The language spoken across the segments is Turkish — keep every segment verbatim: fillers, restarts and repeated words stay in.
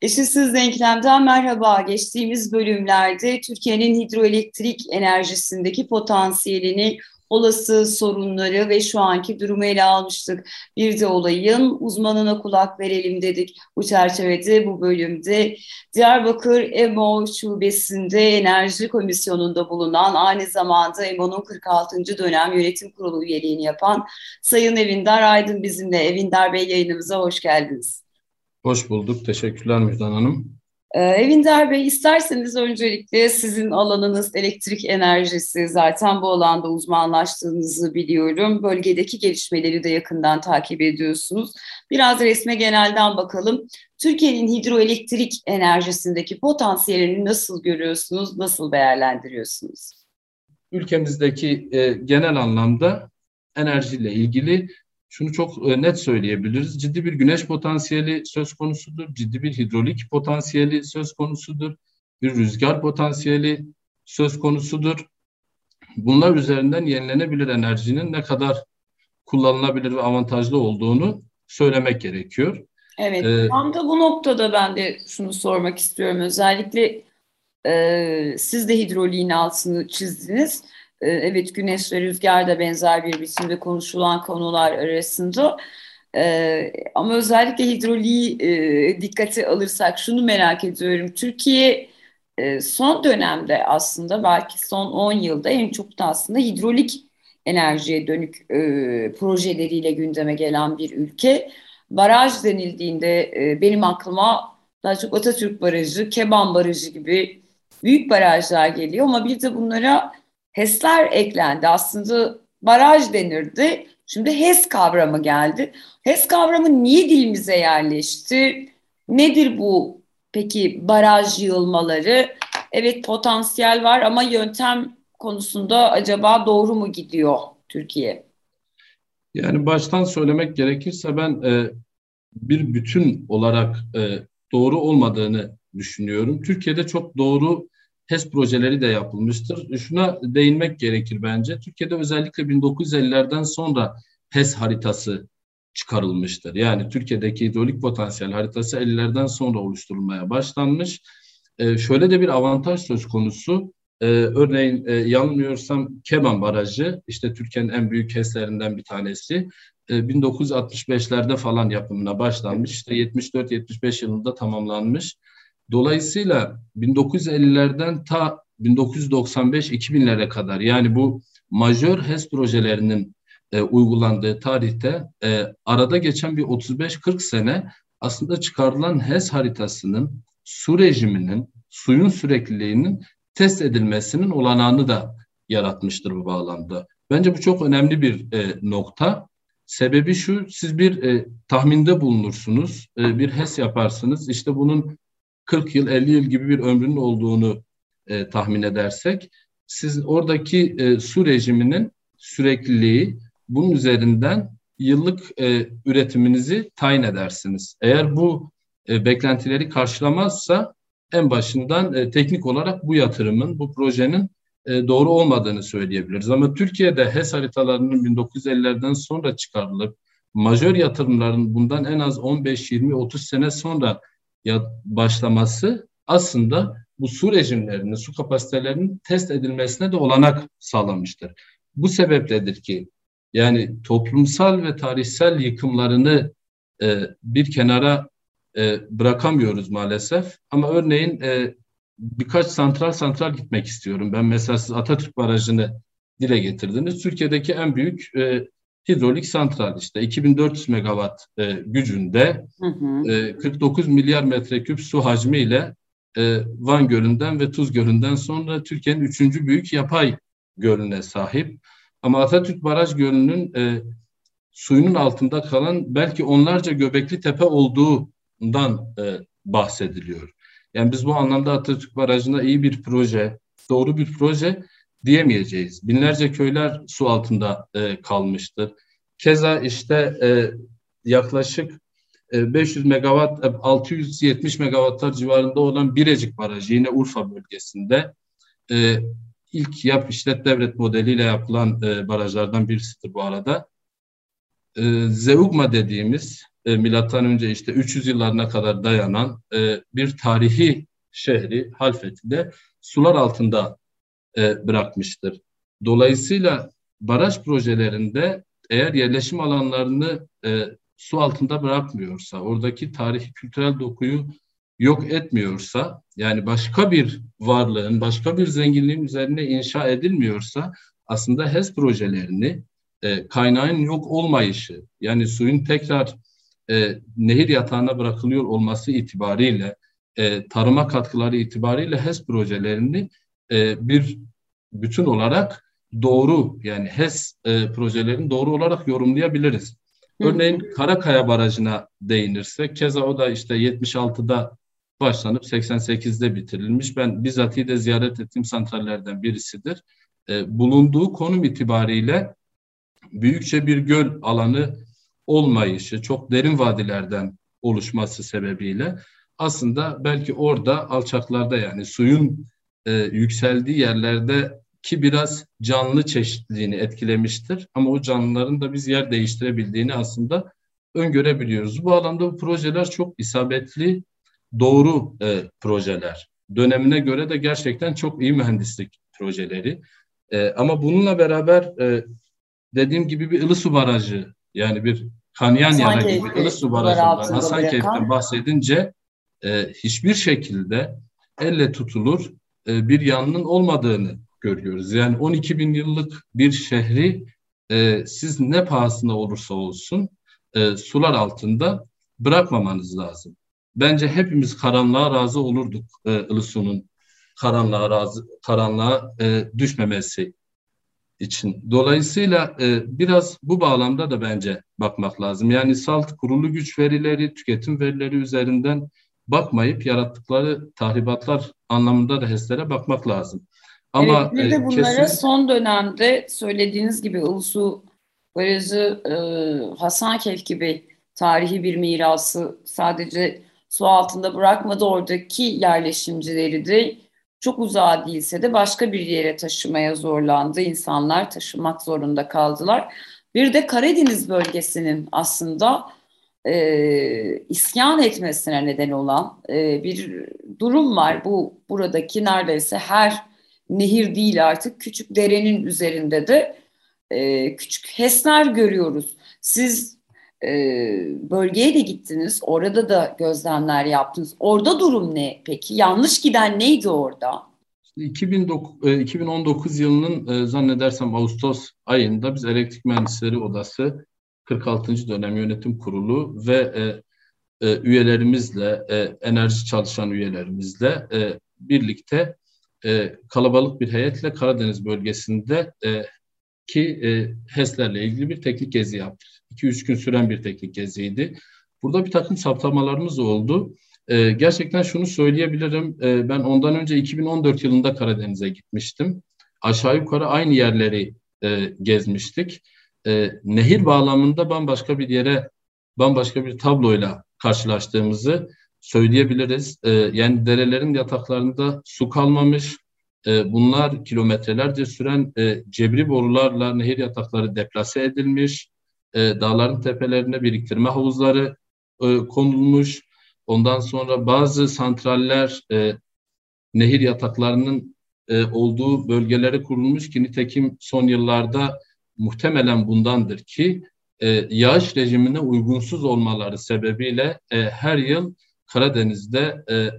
Eşitsiz Denklem'den merhaba. Geçtiğimiz bölümlerde Türkiye'nin hidroelektrik enerjisindeki potansiyelini, olası sorunları ve şu anki durumu ele almıştık. Bir de olayın uzmanına kulak verelim dedik. Bu çerçevede bu bölümde Diyarbakır E M O Şubesi'nde Enerji Komisyonu'nda bulunan, aynı zamanda E M O'nun kırk altıncı dönem yönetim kurulu üyeliğini yapan Sayın Evindar Aydın bizimle. Evindar Bey, yayınımıza hoş geldiniz. Hoş bulduk. Teşekkürler Müjdan Hanım. Ee, Evinder Bey, isterseniz öncelikle sizin alanınız elektrik enerjisi. Zaten bu alanda uzmanlaştığınızı biliyorum. Bölgedeki gelişmeleri de yakından takip ediyorsunuz. Biraz resme genelden bakalım. Türkiye'nin hidroelektrik enerjisindeki potansiyelini nasıl görüyorsunuz, nasıl değerlendiriyorsunuz? Ülkemizdeki e, genel anlamda enerjiyle ilgili şunu çok e, net söyleyebiliriz. Ciddi bir güneş potansiyeli söz konusudur. Ciddi bir hidrolik potansiyeli söz konusudur. Bir rüzgar potansiyeli söz konusudur. Bunlar üzerinden yenilenebilir enerjinin ne kadar kullanılabilir ve avantajlı olduğunu söylemek gerekiyor. Evet, Ee, tam da bu noktada ben de şunu sormak istiyorum. Özellikle e, siz de hidroliğin altını çizdiniz. E, evet, güneş ve rüzgar da benzer bir biçimde konuşulan konular arasında. E, ama özellikle hidroliği e, dikkate alırsak şunu merak ediyorum. Türkiye e, son dönemde, aslında belki son on yılda en çok da aslında hidrolik enerjiye dönük e, projeleriyle gündeme gelen bir ülke. Baraj denildiğinde e, benim aklıma daha çok Atatürk Barajı, Keban Barajı gibi büyük barajlar geliyor, ama bir de bunlara HES'ler eklendi. Aslında baraj denirdi. Şimdi HES kavramı geldi. HES kavramı niye dilimize yerleşti? Nedir bu peki baraj yığılmaları? Evet, potansiyel var ama yöntem konusunda acaba doğru mu gidiyor Türkiye? Yani baştan söylemek gerekirse ben e, bir bütün olarak e, doğru olmadığını düşünüyorum. Türkiye'de çok doğru HES projeleri de yapılmıştır. Şuna değinmek gerekir bence. Türkiye'de özellikle bin dokuz yüz ellilerden sonra HES haritası çıkarılmıştır. Yani Türkiye'deki hidrolik potansiyel haritası ellilerden sonra oluşturulmaya başlanmış. E, şöyle de bir avantaj söz konusu. Ee, örneğin e, yanılmıyorsam Keban Barajı işte Türkiye'nin en büyük HES'lerinden bir tanesi. E, bin dokuz yüz altmış beşlerde falan yapımına başlanmış. İşte yetmiş dört yetmiş beş yılında tamamlanmış. Dolayısıyla bin dokuz yüz ellilerden ta bin dokuz yüz doksan beş iki binlere kadar, yani bu majör HES projelerinin e, uygulandığı tarihte e, arada geçen bir otuz beş kırk sene aslında çıkarılan HES haritasının su rejiminin, suyun sürekliliğinin test edilmesinin olanağını da yaratmıştır bu bağlamda. Bence bu çok önemli bir e, nokta. Sebebi şu: siz bir e, tahminde bulunursunuz, e, bir HES yaparsınız. İşte bunun kırk yıl, elli yıl gibi bir ömrünün olduğunu e, tahmin edersek, siz oradaki e, su rejiminin sürekliliği, bunun üzerinden yıllık e, üretiminizi tayin edersiniz. Eğer bu e, beklentileri karşılamazsa en başından e, teknik olarak bu yatırımın, bu projenin e, doğru olmadığını söyleyebiliriz. Ama Türkiye'de HES haritalarının bin dokuz yüz ellilerden sonra çıkarılıp majör yatırımların bundan en az on beş yirmi otuz sene sonra ya başlaması aslında bu su rejimlerinin, su kapasitelerinin test edilmesine de olanak sağlamıştır. Bu sebepledir ki yani toplumsal ve tarihsel yıkımlarını e, bir kenara e, bırakamıyoruz maalesef. Ama örneğin e, birkaç santral santral gitmek istiyorum. Ben mesela siz Atatürk Barajı'nı dile getirdiniz. Türkiye'deki en büyük e, hidrolik santral, işte iki bin dört yüz megawatt e, gücünde, Hı hı. e, kırk dokuz milyar metreküp su hacmiyle e, Van Gölü'nden ve Tuz Gölü'nden sonra Türkiye'nin üçüncü büyük yapay gölüne sahip. Ama Atatürk Baraj Gölü'nün e, suyunun altında kalan belki onlarca göbekli tepe olduğundan e, bahsediliyor. Yani biz bu anlamda Atatürk Barajı'na iyi bir proje, doğru bir proje diyemeyeceğiz. Binlerce köyler su altında e, kalmıştır. Keza işte e, yaklaşık e, beş yüz megawatt, altı yüz yetmiş megawattlar civarında olan Birecik Barajı yine Urfa bölgesinde e, ilk yap işlet devlet modeliyle yapılan e, barajlardan birisidir bu arada. E, Zeugma dediğimiz e, milattan önce işte üç yüz yıllarına kadar dayanan e, bir tarihi şehri Halfet'i de sular altında e, bırakmıştır. Dolayısıyla baraj projelerinde eğer yerleşim alanlarını e, su altında bırakmıyorsa, oradaki tarihi kültürel dokuyu yok etmiyorsa, yani başka bir varlığın, başka bir zenginliğin üzerine inşa edilmiyorsa, aslında HES projelerini e, kaynağın yok olmayışı, yani suyun tekrar e, nehir yatağına bırakılıyor olması itibariyle, e, tarıma katkıları itibariyle HES projelerini e, bir bütün olarak doğru, yani HES e, projelerini doğru olarak yorumlayabiliriz. Hı hı. Örneğin Karakaya Barajı'na değinirsek, keza o da işte yetmiş altıda başlanıp seksen sekizde bitirilmiş. Ben bizzatihi de ziyaret ettiğim santrallerden birisidir. E, bulunduğu konum itibariyle büyükçe bir göl alanı olmayışı, çok derin vadilerden oluşması sebebiyle aslında belki orada alçaklarda, yani suyun e, yükseldiği yerlerde ki biraz canlı çeşitliliğini etkilemiştir. Ama o canlıların da biz yer değiştirebildiğini aslında öngörebiliyoruz. Bu alanda bu projeler çok isabetli, doğru e, projeler. Dönemine göre de gerçekten çok iyi mühendislik projeleri. E, ama bununla beraber e, dediğim gibi bir Ilısu Barajı, yani bir Kanyanyara gibi Hasankeyf'i Ilısu sular Barajı'ndan, altında Hasankeyf'ten bırakan. bahsedince e, hiçbir şekilde elle tutulur e, bir yanının olmadığını görüyoruz. Yani on iki bin yıllık bir şehri e, siz ne pahasına olursa olsun e, sular altında bırakmamanız lazım. Bence hepimiz karanlığa razı olurduk e, Ilısu'nun karanlığa razı karanlığa e, düşmemesi için. Dolayısıyla e, biraz bu bağlamda da bence bakmak lazım. Yani salt kurulu güç verileri, tüketim verileri üzerinden bakmayıp yarattıkları tahribatlar anlamında da HES'lere bakmak lazım. Evet, Ama bir de e, bunlara kesin son dönemde söylediğiniz gibi Ilısu Barajı, e, Hasankeyf gibi tarihi bir mirası sadece su altında bırakmadı. Oradaki yerleşimcileri de çok uzağa değilse de başka bir yere taşımaya zorlandı. İnsanlar taşımak zorunda kaldılar. Bir de Karadeniz bölgesinin aslında e, isyan etmesine neden olan e, bir durum var. Bu buradaki neredeyse her nehir değil artık küçük derenin üzerinde de e, küçük HES'ler görüyoruz. Siz e, bölgeye de gittiniz, orada da gözlemler yaptınız. Orada durum ne peki? Yanlış giden neydi orada? iki bin dokuz, e, iki bin on dokuz yılının e, zannedersem Ağustos ayında biz Elektrik Mühendisleri Odası kırk altıncı dönem yönetim kurulu ve e, e, üyelerimizle, e, enerji çalışan üyelerimizle e, birlikte e, kalabalık bir heyetle Karadeniz bölgesinde e, ki e, HES'lerle ilgili bir teknik gezi yaptık. iki üç gün süren bir teknik geziydi. Burada bir takım saptamalarımız oldu. E, gerçekten şunu söyleyebilirim. E, ben ondan önce iki bin on dört yılında Karadeniz'e gitmiştim. Aşağı yukarı aynı yerleri e, gezmiştik. E, nehir bağlamında bambaşka bir yere, bambaşka bir tabloyla karşılaştığımızı söyleyebiliriz. E, yani derelerin yataklarında su kalmamış. E, bunlar kilometrelerce süren e, cebri borularla nehir yatakları deplase edilmiş. E, dağların tepelerine biriktirme havuzları e, konulmuş. Ondan sonra bazı santraller e, nehir yataklarının e, olduğu bölgelere kurulmuş ki nitekim son yıllarda muhtemelen bundandır ki e, yağış rejimine uygunsuz olmaları sebebiyle e, her yıl Karadeniz'de e,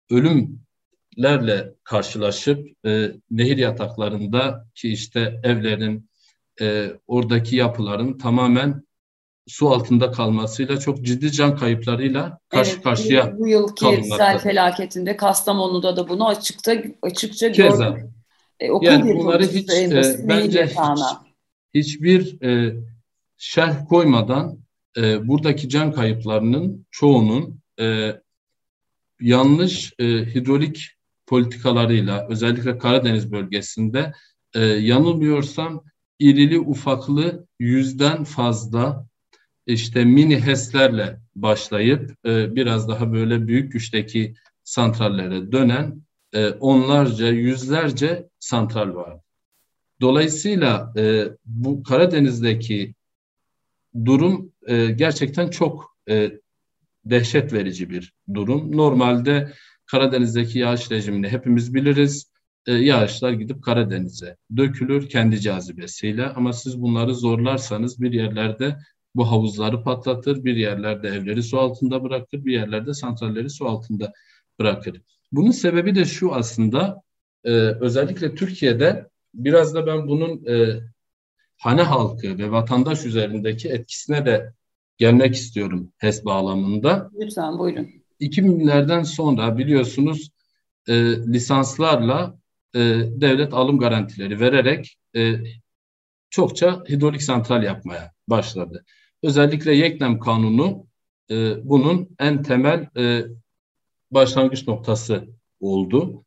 ölümlerle karşılaşıp e, nehir yataklarında ki işte evlerin e, oradaki yapıların tamamen su altında kalmasıyla çok ciddi can kayıplarıyla karşı Evet, bu, karşıya bu yılki sel kalınmaktadır. felaketinde Kastamonu'da da bunu açıkta açıkça gördük. Keza E, okul yani bunları yapılmıştı hiç en e, basit nehir bence hiç yatağına. hiçbir e, şerh koymadan e, buradaki can kayıplarının çoğunun e, yanlış e, hidrolik politikalarıyla özellikle Karadeniz bölgesinde e, yanılmıyorsam irili ufaklı yüzden fazla işte mini HES'lerle başlayıp e, biraz daha böyle büyük güçteki santrallere dönen e, onlarca, yüzlerce santral var. Dolayısıyla e, bu Karadeniz'deki durum e, gerçekten çok e, dehşet verici bir durum. Normalde Karadeniz'deki yağış rejimini hepimiz biliriz. E, yağışlar gidip Karadeniz'e dökülür kendi cazibesiyle. Ama siz bunları zorlarsanız bir yerlerde bu havuzları patlatır, bir yerlerde evleri su altında bırakır, bir yerlerde santralleri su altında bırakır. Bunun sebebi de şu aslında, e, özellikle Türkiye'de biraz da ben bunun e, hane halkı ve vatandaş üzerindeki etkisine de gelmek istiyorum HES bağlamında. Lütfen buyurun. iki binlerden sonra biliyorsunuz e, lisanslarla e, devlet alım garantileri vererek e, çokça hidrolik santral yapmaya başladı. Özellikle Yeknem Kanunu e, bunun en temel e, başlangıç noktası oldu.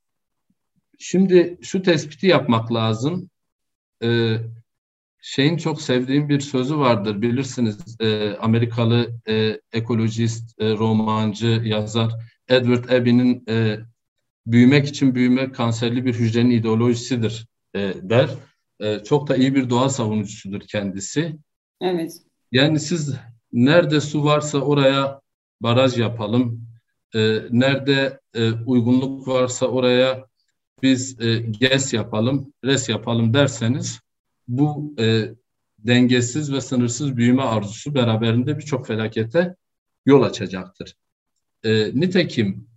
Şimdi şu tespiti yapmak lazım. E, şeyin çok sevdiğim bir sözü vardır, bilirsiniz. E, Amerikalı e, ekolojist, e, romancı, yazar Edward Abbey'nin e, büyümek için büyümek kanserli bir hücrenin ideolojisidir e, der. E, çok da iyi bir doğa savunucusudur kendisi. Evet. Yani siz nerede su varsa oraya baraj yapalım. E, nerede e, uygunluk varsa oraya biz e, GES yapalım, RES yapalım derseniz bu e, dengesiz ve sınırsız büyüme arzusu beraberinde birçok felakete yol açacaktır. E, nitekim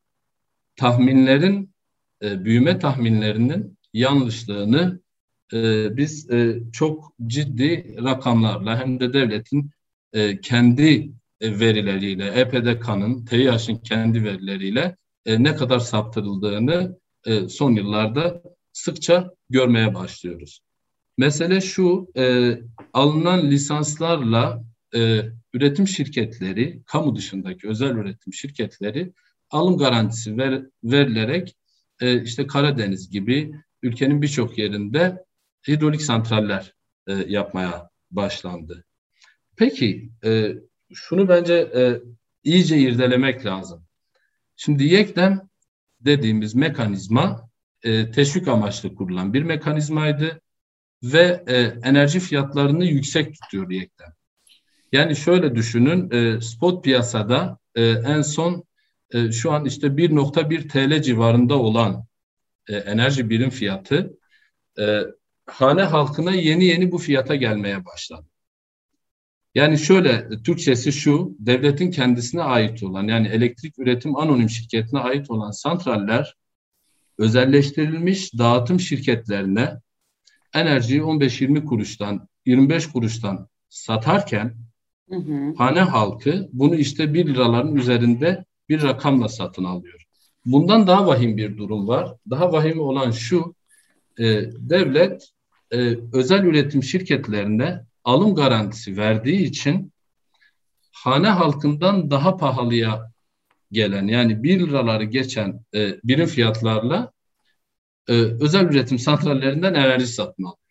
tahminlerin, e, büyüme tahminlerinin yanlışlığını e, biz e, çok ciddi rakamlarla hem de devletin e, kendi e, verileriyle, E P D K'nın, TİHAŞ'ın kendi verileriyle e, ne kadar saptırıldığını e, son yıllarda sıkça görmeye başlıyoruz. Mesele şu, e, alınan lisanslarla e, üretim şirketleri, kamu dışındaki özel üretim şirketleri alım garantisi ver, verilerek e, işte Karadeniz gibi ülkenin birçok yerinde hidrolik santraller e, yapmaya başlandı. Peki, e, şunu bence e, iyice irdelemek lazım. Şimdi Yeknem dediğimiz mekanizma e, teşvik amaçlı kurulan bir mekanizmaydı ve e, enerji fiyatlarını yüksek tutuyor Yeknem. Yani şöyle düşünün, e, spot piyasada e, en son e, şu an işte bir nokta bir T L civarında olan e, enerji birim fiyatı e, hane halkına yeni yeni bu fiyata gelmeye başladı. Yani şöyle, Türkçesi şu, devletin kendisine ait olan, yani elektrik üretim anonim şirketine ait olan santraller özelleştirilmiş dağıtım şirketlerine enerjiyi on beş yirmi kuruştan, yirmi beş kuruştan satarken hı hı. hane halkı bunu işte bir liraların üzerinde bir rakamla satın alıyor. Bundan daha vahim bir durum var. Daha vahim olan şu, e, devlet e, özel üretim şirketlerine alım garantisi verdiği için hane halkından daha pahalıya gelen, yani bir liraları geçen e, birim fiyatlarla e, özel üretim santrallerinden enerji satın alıyor.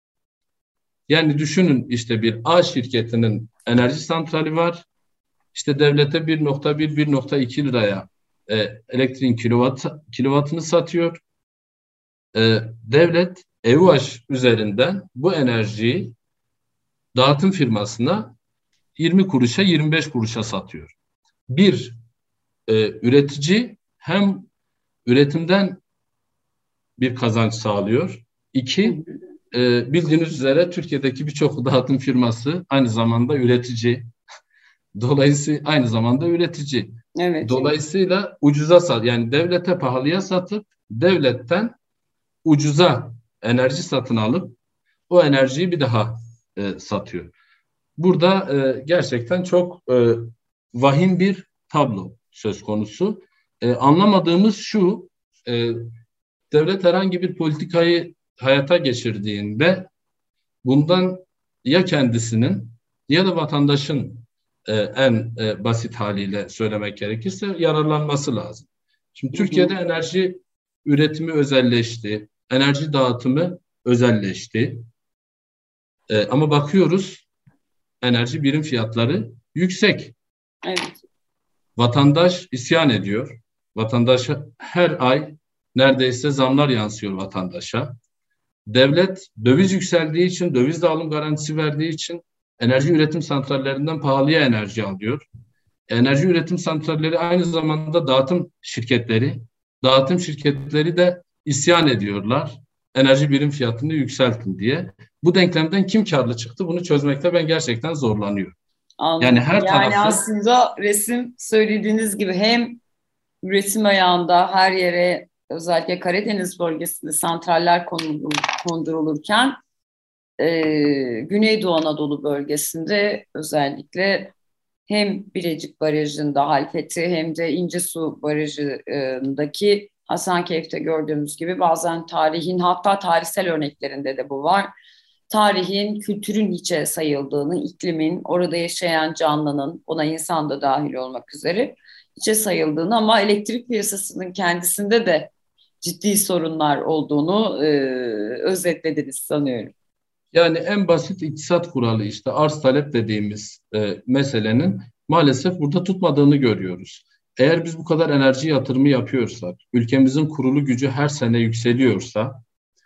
Yani düşünün, işte bir A şirketinin enerji santrali var. İşte devlete bir nokta bir bir nokta iki liraya e, elektriğin kilowatt, kilovatını satıyor. E, devlet E U H üzerinden bu enerjiyi dağıtım firmasına yirmi kuruşa yirmi beş kuruşa satıyor. Bir, e, üretici hem üretimden bir kazanç sağlıyor. İki, e, bildiğiniz üzere Türkiye'deki birçok dağıtım firması aynı zamanda üretici. Dolayısıyla aynı zamanda üretici. Evet. Dolayısıyla ucuza sat, yani devlete pahalıya satıp devletten ucuza enerji satın alıp o enerjiyi bir daha e, satıyor. Burada e, gerçekten çok e, vahim bir tablo söz konusu. E, anlamadığımız şu, e, devlet herhangi bir politikayı hayata geçirdiğinde bundan ya kendisinin ya da vatandaşın e, en e, basit haliyle söylemek gerekirse yararlanması lazım. Şimdi Türkiye'de hı hı. enerji üretimi özelleşti, enerji dağıtımı özelleşti. E, ama bakıyoruz, enerji birim fiyatları yüksek. Evet. Vatandaş isyan ediyor. Vatandaşa her ay neredeyse zamlar yansıyor vatandaşa. Devlet döviz yükseldiği için, döviz de alım garantisi verdiği için enerji üretim santrallerinden pahalıya enerji alıyor. Enerji üretim santralleri aynı zamanda dağıtım şirketleri. Dağıtım şirketleri de isyan ediyorlar. Enerji birim fiyatını yükseltin diye. Bu denklemden kim karlı çıktı? Bunu çözmekte ben gerçekten zorlanıyorum. Yani Anladım. her Yani tarafı aslında resim söylediğiniz gibi hem üretim ayağında her yere özellikle Karadeniz bölgesinde santraller konulur, kondurulurken e, Güneydoğu Anadolu bölgesinde özellikle hem Birecik Barajı'nda Halfeti hem de İncesu Barajı'ndaki Hasankeyf'te gördüğümüz gibi bazen tarihin hatta tarihsel örneklerinde de bu var. Tarihin, kültürün hiçe sayıldığını, iklimin, orada yaşayan canlının, ona insan da dahil olmak üzere hiçe sayıldığını ama elektrik piyasasının kendisinde de ciddi sorunlar olduğunu e, özetlediniz sanıyorum. yani en basit iktisat kuralı işte arz talep dediğimiz e, meselenin maalesef burada tutmadığını görüyoruz. Eğer biz bu kadar enerji yatırımı yapıyorsak, ülkemizin kurulu gücü her sene yükseliyorsa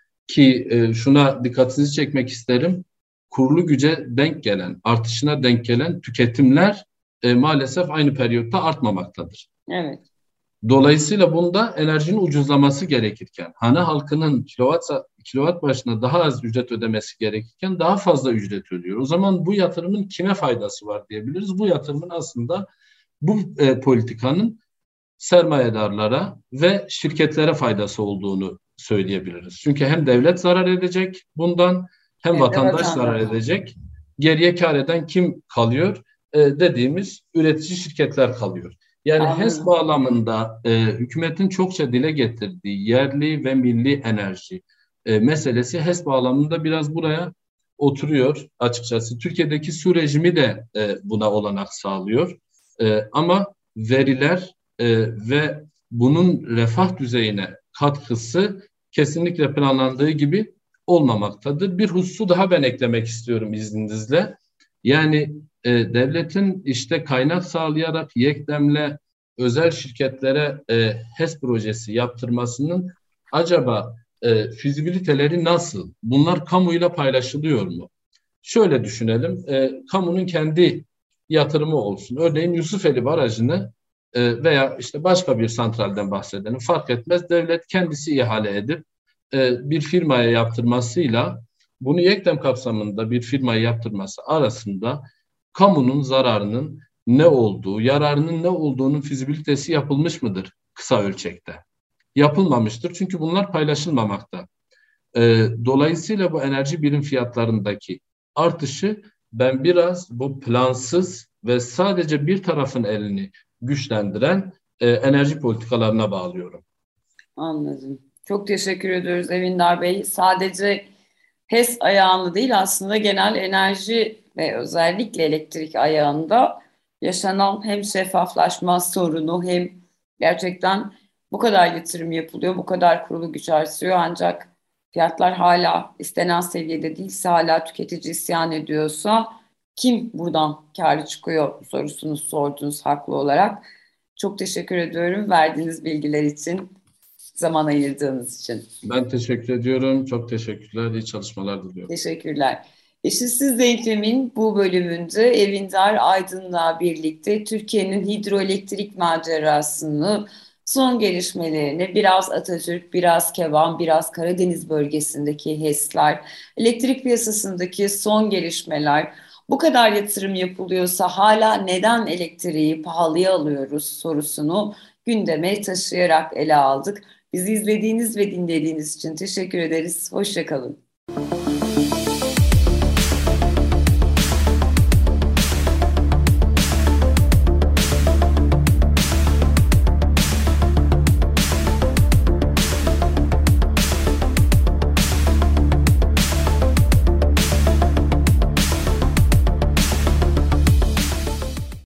ki e, şuna dikkatinizi çekmek isterim. Kurulu güce denk gelen, artışına denk gelen tüketimler e, maalesef aynı periyotta artmamaktadır. Evet. Dolayısıyla bunda enerjinin ucuzlaması gerekirken, hane halkının kilowatt, kilowatt başına daha az ücret ödemesi gerekirken daha fazla ücret ödüyor. O zaman bu yatırımın kime faydası var diyebiliriz. Bu yatırımın aslında bu e, politikanın sermayedarlara ve şirketlere faydası olduğunu söyleyebiliriz. Çünkü hem devlet zarar edecek bundan hem Hem de vatandaş zarar vatandaş. edecek. Geriye kar eden kim kalıyor? E, dediğimiz üretici şirketler kalıyor. Yani HES Anladım. bağlamında e, hükümetin çokça dile getirdiği yerli ve milli enerji e, meselesi HES bağlamında biraz buraya oturuyor açıkçası. Türkiye'deki su rejimi de e, buna olanak sağlıyor. E, ama veriler e, ve bunun refah düzeyine katkısı kesinlikle planlandığı gibi olmamaktadır. Bir hususu daha ben eklemek istiyorum izninizle. Yani e, devletin işte kaynak sağlayarak yeklemle özel şirketlere e, HES projesi yaptırmasının acaba e, fizibiliteleri nasıl? Bunlar kamuyla paylaşılıyor mu? Şöyle düşünelim, e, kamunun kendi yatırımı olsun. Örneğin Yusufeli Barajı'nı e, veya işte başka bir santralden bahsedelim fark etmez. Devlet kendisi ihale edip e, bir firmaya yaptırmasıyla bunu Yeklem kapsamında bir firmaya yaptırması arasında kamunun zararının ne olduğu, yararının ne olduğunun fizibilitesi yapılmış mıdır kısa ölçekte? Yapılmamıştır çünkü bunlar paylaşılmamakta. E, dolayısıyla bu enerji birim fiyatlarındaki artışı ben biraz bu plansız ve sadece bir tarafın elini güçlendiren e, enerji politikalarına bağlıyorum. Anladım. Çok teşekkür ediyoruz Evindar Bey. Sadece HES ayağında değil aslında genel enerji ve özellikle elektrik ayağında yaşanan hem şeffaflaşma sorunu hem gerçekten bu kadar yatırım yapılıyor, bu kadar kurulu güç artıyor ancak fiyatlar hala istenen seviyede değilse hala tüketici isyan ediyorsa kim buradan kârı çıkıyor sorusunu sordunuz haklı olarak. Çok teşekkür ediyorum verdiğiniz bilgiler için, zaman ayırdığınız için. Ben teşekkür ediyorum. Çok teşekkürler. İyi çalışmalar diliyorum. Teşekkürler. Eşitsiz Denklem'in bu bölümünde Evindar Aydın'la birlikte Türkiye'nin hidroelektrik macerasını, son gelişmelerini, biraz Atatürk, biraz Kevan, biraz Karadeniz bölgesindeki HES'ler, elektrik piyasasındaki son gelişmeler, bu kadar yatırım yapılıyorsa hala neden elektriği pahalıya alıyoruz sorusunu gündeme taşıyarak ele aldık. Bizi izlediğiniz ve dinlediğiniz için teşekkür ederiz. Hoşça kalın.